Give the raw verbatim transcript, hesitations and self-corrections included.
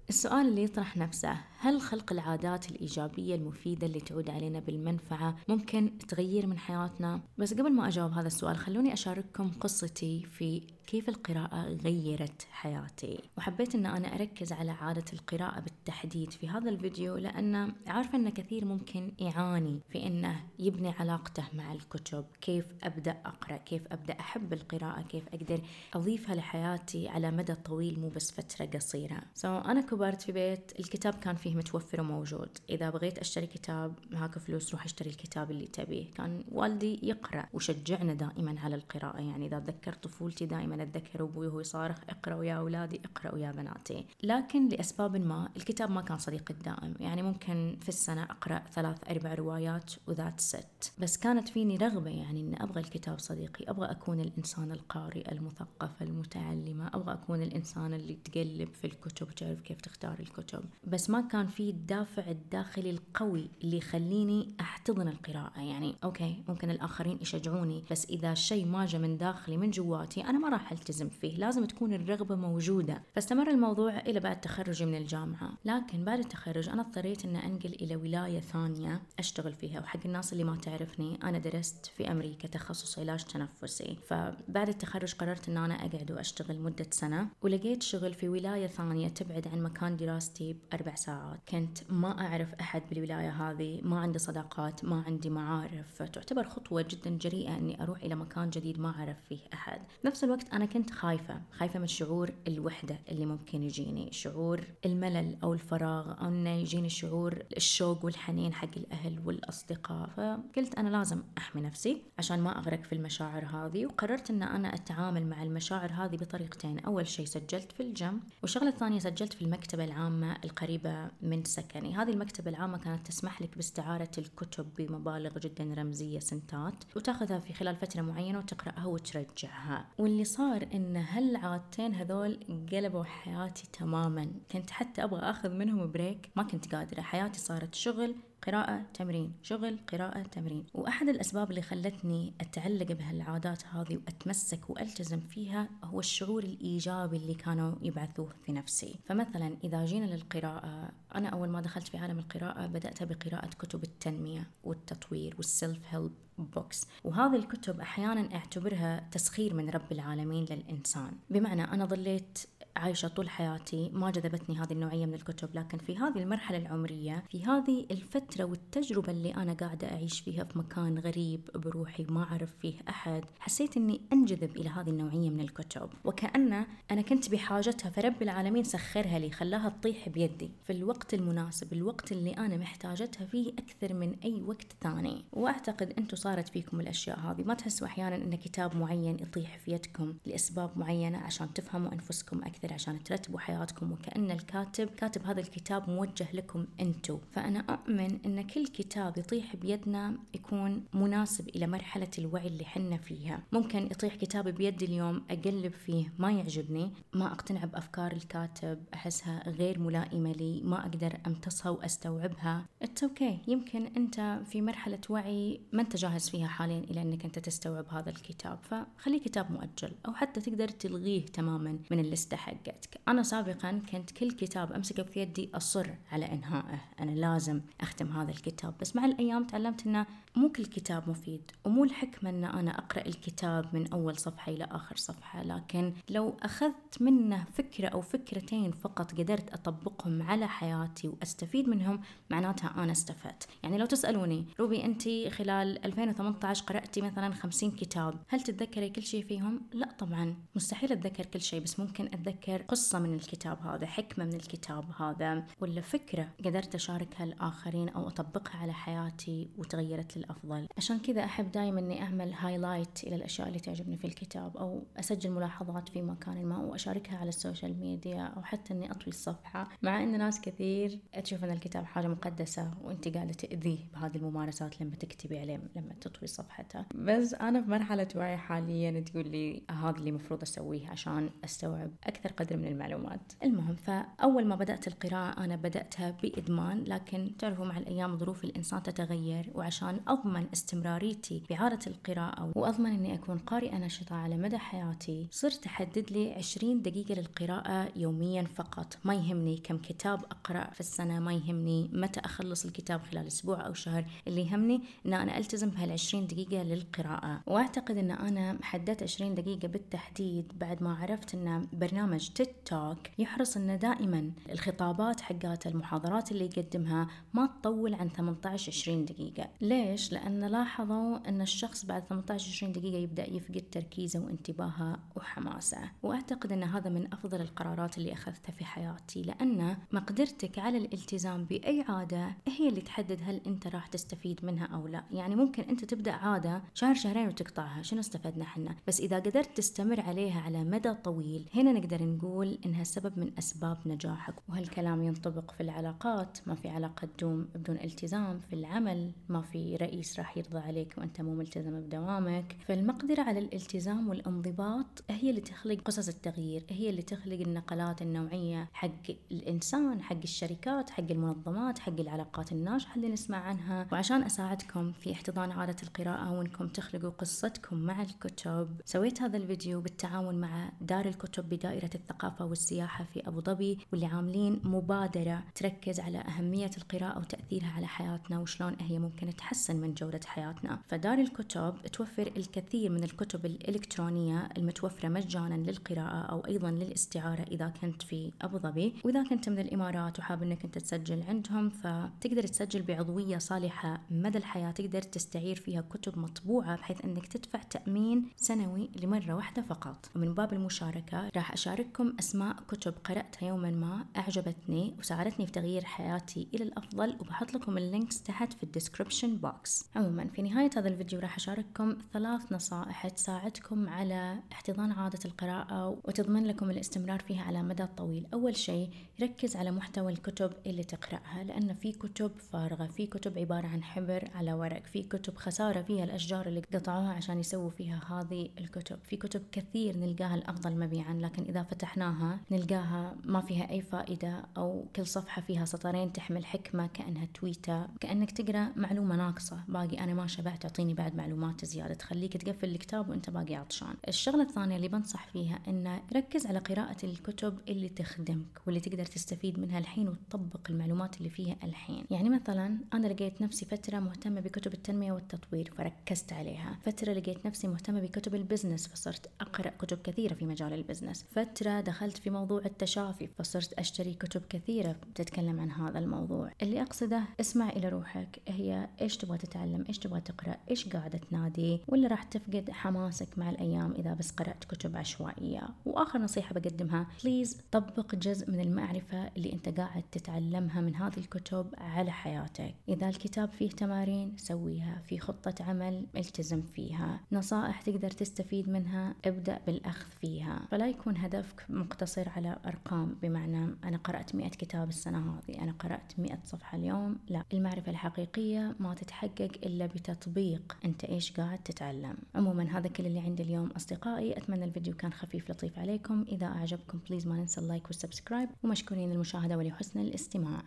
السؤال اللي يطرح نفسه: هل خلق العادات الإيجابية المفيدة اللي تعود علينا بالمنفعة ممكن تغير من حياتنا؟ بس قبل ما أجاوب هذا السؤال خلوني أشارككم قصتي في كيف القراءة غيرت حياتي. وحبيت أن أنا أركز على عادة القراءة بالتحديد في هذا الفيديو، لأن عارفة أن كثير ممكن يعاني في أنه يبني علاقته مع الكتب. كيف أبدأ أقرأ، كيف أبدأ أحب القراءة، كيف أقدر أضيفها لحياتي على مدى طويل مو بس فترة قصيرة. so أنا كبرت في بيت الكتاب كان فيه متوفر وموجود. إذا بغيت أشتري كتاب هاك فلوس روح اشتري الكتاب اللي تبيه. كان والدي يقرأ وشجعنا دائما على القراءة، يعني إذا أتذكر طفولتي دائما أتذكر أبوي وهو يصارخ: اقرأوا يا أولادي، اقرأوا يا بناتي. لكن لأسباب ما الكتاب ما كان صديقي الدائم، يعني ممكن في السنة أقرأ ثلاث أربع روايات وذات ست. بس كانت فيني رغبة يعني أن أبغى الكتاب صديقي، أبغى أكون الإنسان القارئ المثقف المتعلمة، أبغى أكون الإنسان اللي تقلب في الكتب وتعرف كيف تختار الكتب. بس ما كان في الدافع الداخلي القوي اللي يخليني أحتضن القراءة. يعني أوكي ممكن الآخرين يشجعوني، بس إذا الشيء ما جاء من داخلي من جواتي أنا ما راح ألتزم فيه. لازم تكون الرغبة موجودة. فاستمر الموضوع إلى بعد تخرجي من الجامعة. لكن بعد التخرج أنا اضطريت أن أنقل إلى ولاية ثانية أشتغل فيها. وحق الناس اللي ما تعرفني، أنا درست في أمريكا تخصص علاج تنفسي. فبعد التخرج قررت أن أنا أقعد وأشتغل مدة سنة، ولقيت شغل في ولاية ثانية تبعد عن مكان دراستي بأربع ساعات. كنت ما أعرف أحد بالولاية هذه، ما عندي صداقات، ما عندي معارف. تعتبر خطوة جدا جريئة أني أروح إلى مكان جديد ما أعرف فيه أحد. نفس الوقت أنا كنت خايفة خايفة من شعور الوحدة اللي ممكن يجيني، شعور الملل أو الفراغ، أو أنه يجيني شعور الشوق والحنين حق الأهل والأصدقاء. فقلت أنا لازم أحمي نفسي عشان ما أغرق في المشاعر هذه. وقررت أن أنا أتعامل مع المشاعر هذه بطريقتين. أول شيء سجلت في الجيم، والشغلة الثانية سجلت في المكتبة العامة القريبة من سكني. هذه المكتبة العامة كانت تسمح لك باستعارة الكتب بمبالغ جدا رمزية، سنتات، وتاخذها في خلال فترة معينة وتقرأها وترجعها. واللي صار إن هالعادتين هذول قلبوا حياتي تماما. كنت حتى أبغى أخذ منهم بريك، ما كنت قادرة. حياتي صارت شغل قراءة تمرين، شغل قراءة تمرين. وأحد الأسباب اللي خلتني أتعلق بهالعادات هذه وأتمسك وألتزم فيها هو الشعور الإيجابي اللي كانوا يبعثوه في نفسي. فمثلا إذا جينا للقراءة، أنا أول ما دخلت في عالم القراءة بدأت بقراءة كتب التنمية والتطوير والسيلف هيلب بوكس. وهذه الكتب أحيانا أعتبرها تسخير من رب العالمين للإنسان. بمعنى أنا ظليت عايشة طول حياتي ما جذبتني هذه النوعية من الكتب، لكن في هذه المرحلة العمرية، في هذه الفترة والتجربة اللي أنا قاعدة أعيش فيها في مكان غريب بروحي ما أعرف فيه أحد، حسيت أني أنجذب إلى هذه النوعية من الكتب، وكأن أنا كنت بحاجتها، فرب العالمين سخرها لي، خلاها تطيح بيدي في الوقت المناسب، الوقت اللي أنا محتاجتها فيه أكثر من أي وقت ثاني. وأعتقد أنتم صارت فيكم الأشياء هذه. ما تحسوا أحيانا أن كتاب معين يطيح في يدكم لأسباب معينة عشان تفهموا أنفسكم أكثر، عشان ترتبوا حياتكم، وكأن الكاتب كاتب هذا الكتاب موجه لكم أنتم. فأنا أؤمن أن كل كتاب يطيح بيدنا يكون مناسب إلى مرحلة الوعي اللي حنا فيها. ممكن يطيح كتاب بيدي اليوم أقلب فيه ما يعجبني، ما أقتنع بأفكار الكاتب، أحسها غير ملائمة لي، ما أقدر أمتصها وأستوعبها. It's okay. يمكن أنت في مرحلة وعي ما أنت جاهز فيها حاليا إلى أنك أنت تستوعب هذا الكتاب، فخليه كتاب مؤجل، أو حتى تقدر تلغيه تماما من الليستة حقتك. أنا سابقا كنت كل كتاب أمسكه في يدي أصر على إنهائه، أنا لازم أختم هذا الكتاب. بس مع الأيام تعلمت أنه مو كل كتاب مفيد، ومو الحكمة أن أنا أقرأ الكتاب من أول صفحة إلى آخر صفحة، لكن لو أخذت منه فكرة أو فكرتين فقط قدرت أطبقهم على حياتي وأستفيد منهم، معناتها أنا استفدت. يعني لو تسألوني روبي أنتي خلال ألفين وثمانية عشر قرأتي مثلا خمسين كتاب، هل تتذكري كل شيء فيهم؟ لا طبعا، مستحيل أتذكر كل شيء، بس ممكن أتذكر قصة من الكتاب هذا، حكمة من الكتاب هذا، ولا فكرة قدرت أشاركها الآخرين أو أطبقها على حياتي وتغيرت للأفضل. عشان كذا أحب دائما أني أعمل هايلايت إلى الأشياء اللي تعجبني في الكتاب، أو أسجل ملاحظات في مكان ما وأشاركها على السوشيال ميديا، أو حتى أني أطوي الصفحة. مع أن ناس كثير تشوف أن الكتاب حاجة مقدسة وأنت قاعدة تأذيه بهذه الممارسات لما تكتبي عليه، لما لما تطوي صفحته. بس أنا في مرحلة وعي حاليا تقول لي هذا اللي مفروض أسويه عشان أستوعب أكثر قدر من المعلومات. المهم، فأول ما بدأت القراءة أنا بدأتها بإدمان، لكن تعرفوا مع الأيام ظروف الإنسان تتغير، وعشان أضمن استمراريتي بعادة القراءة وأضمن أني أكون قارئة نشطة على مدى حياتي، صرت أحدد لي عشرين دقيقة للقراءة يوميا فقط. ما يهمني كم كتاب أقرأ في السنة، ما يهمني متى أخلص الكتاب خلال أسبوع أو شهر، اللي يهمني أن أنا ألتزم بهالعشرين دقيقة للقراءة. وأعتقد أن أنا حددت عشرين دقيقة بالتحديد بعد ما عرفت أن برنامج تيك توك يحرص أن دائما الخطابات حقات المحاضرات اللي يقدمها ما تطول عن ثمانية عشر عشرين دقيقة. ليش؟ لأن لاحظوا أن الشخص بعد ثمانية عشر عشرين دقيقة يبدأ يفقد تركيزه وانتباهه وحماسه. وأعتقد أن هذا من أفضل القرارات اللي أخذتها في حياتي، لأن مقدرتك على الالتزام بأي عادة هي اللي تحدد هل أنت راح تستفيد منها أو لا. يعني ممكن أنت تبدأ عادة شهر شهرين وتقطعها، شنو استفدنا حنا؟ بس إذا قدرت تستمر عليها على مدى طويل، هنا نقدر نقول إنها سبب من أسباب نجاحك. وهالكلام ينطبق في العلاقات، ما في علاقة تدوم بدون التزام. في العمل ما في رئيس راح يرضى عليك وأنت مو ملتزم بدوامك. فالمقدرة على الالتزام والانضباط هي اللي تخلق قصص التغيير، هي اللي تخلق النقلات النوعية حق الإنسان، حق الشركات، حق المنظمات، حق العلاقات الناجحة اللي نسمع عنها. وعشان أساعدكم في احتضان عادة القراءة وإنكم تخلقوا قصتكم مع الكتب، سويت هذا الفيديو بالتعاون مع دار الكتب بدائرة الثقافة والسياحة في أبو ظبي، واللي عاملين مبادرة تركز على أهمية القراءة وتأثيرها على حياتنا وشلون هي ممكن تحسن من جودة حياتنا. فدار الكتب توفر الكثير من الكتب الإلكترونية المتوفرة مجانا للقراءة أو أيضا للاستعارة إذا كنت في أبو ظبي. وإذا كنت من الإمارات وحاب أنك أنت تسجل عندهم، فتقدر تسجل بعضوية صالحة مدى الحياة، تقدر تستعير فيها كتب مطبوعة بحيث أنك تدفع تأمين سنوي لمرة واحدة فقط. ومن باب المشاركة راح أشارككم أسماء كتب قرأتها يوما ما أعجبتني وساعدتني في تغيير حياتي إلى الأفضل، وبحط لكم اللينكس تحت في الديسكريبشن بوكس. عموما في نهاية هذا الفيديو راح أشارككم ثلاث نصائح تساعدكم على احتضان عادة القراءة وتضمن لكم الاستمرار فيها على مدى طويل. أول شيء، ركز على محتوى الكتب اللي تقرأها، لأن في كتب فارغة، في كتب عبارة عن حبر على ورق، في كتب خسارة فيها الأشجار اللي قطعوها عشان يسووا فيها هذه الكتب، في كتب كثير نلقاها الأفضل مبيعا لكن إذا فتحناها نلقاها ما فيها أي فائدة، أو كل صفحة فيها سطرين تحمل حكمة كأنها تويتة، كأنك تقرأ معلومة ناقصة، باقي أنا ما شبعت تعطيني بعد معلومات زيادة، تخليك تقفل الكتاب وأنت باقي عطشان. الشغلة الثانية اللي بنصح فيها إن ركز على قراءة الكتب اللي تخدمك واللي تقدر تستفيد منها الحين وتطبق المعلومات اللي فيها الحين. يعني مثلا أنا لقيت نفسي فترة مهتمة بكتب التنمية والتطوير فركزت عليها، فترة لقيت نفسي مهتمة بكتب البزنس فصرت أقرأ كتب كثيرة في مجال البزنس، فترة دخلت في موضوع التشافي فصرت أشتري كتب كثيرة تتكلم عن هذا الموضوع. اللي أقصده اسمع إلى روحك، هي إيش تبغى تتعلم، إيش تبغى تقرأ، إيش قاعدة تنادي، ولا راح تفقد حماسك مع الأيام إذا بس قرأت كتب عشوائية. وآخر نصيحة بقدمها، بليز طبق جزء من المعرفة اللي أنت قاعد تتعلمها من هذه الكتب على حياتك. إذا الكتاب فيه تمارين سويها، في خطة عمل التزم فيها، نصائح تقدر تستفيد منها ابدأ بالأخذ فيها، فلا يكون هدفك مقتصر على أرقام، بمعنى أنا قرأت مئة كتاب السنة هذه، أنا قرأت مئة صفحة اليوم. لا، المعرفة الحقيقية ما تتحقق إلا بتطبيق أنت إيش قاعد تتعلم. عموما هذا كل اللي عندي اليوم أصدقائي، أتمنى الفيديو كان خفيف لطيف عليكم. إذا أعجبكم بليز ما ننسى اللايك والسبسكرايب، ومشكورين للمشاهدة ولحسن الاستماع.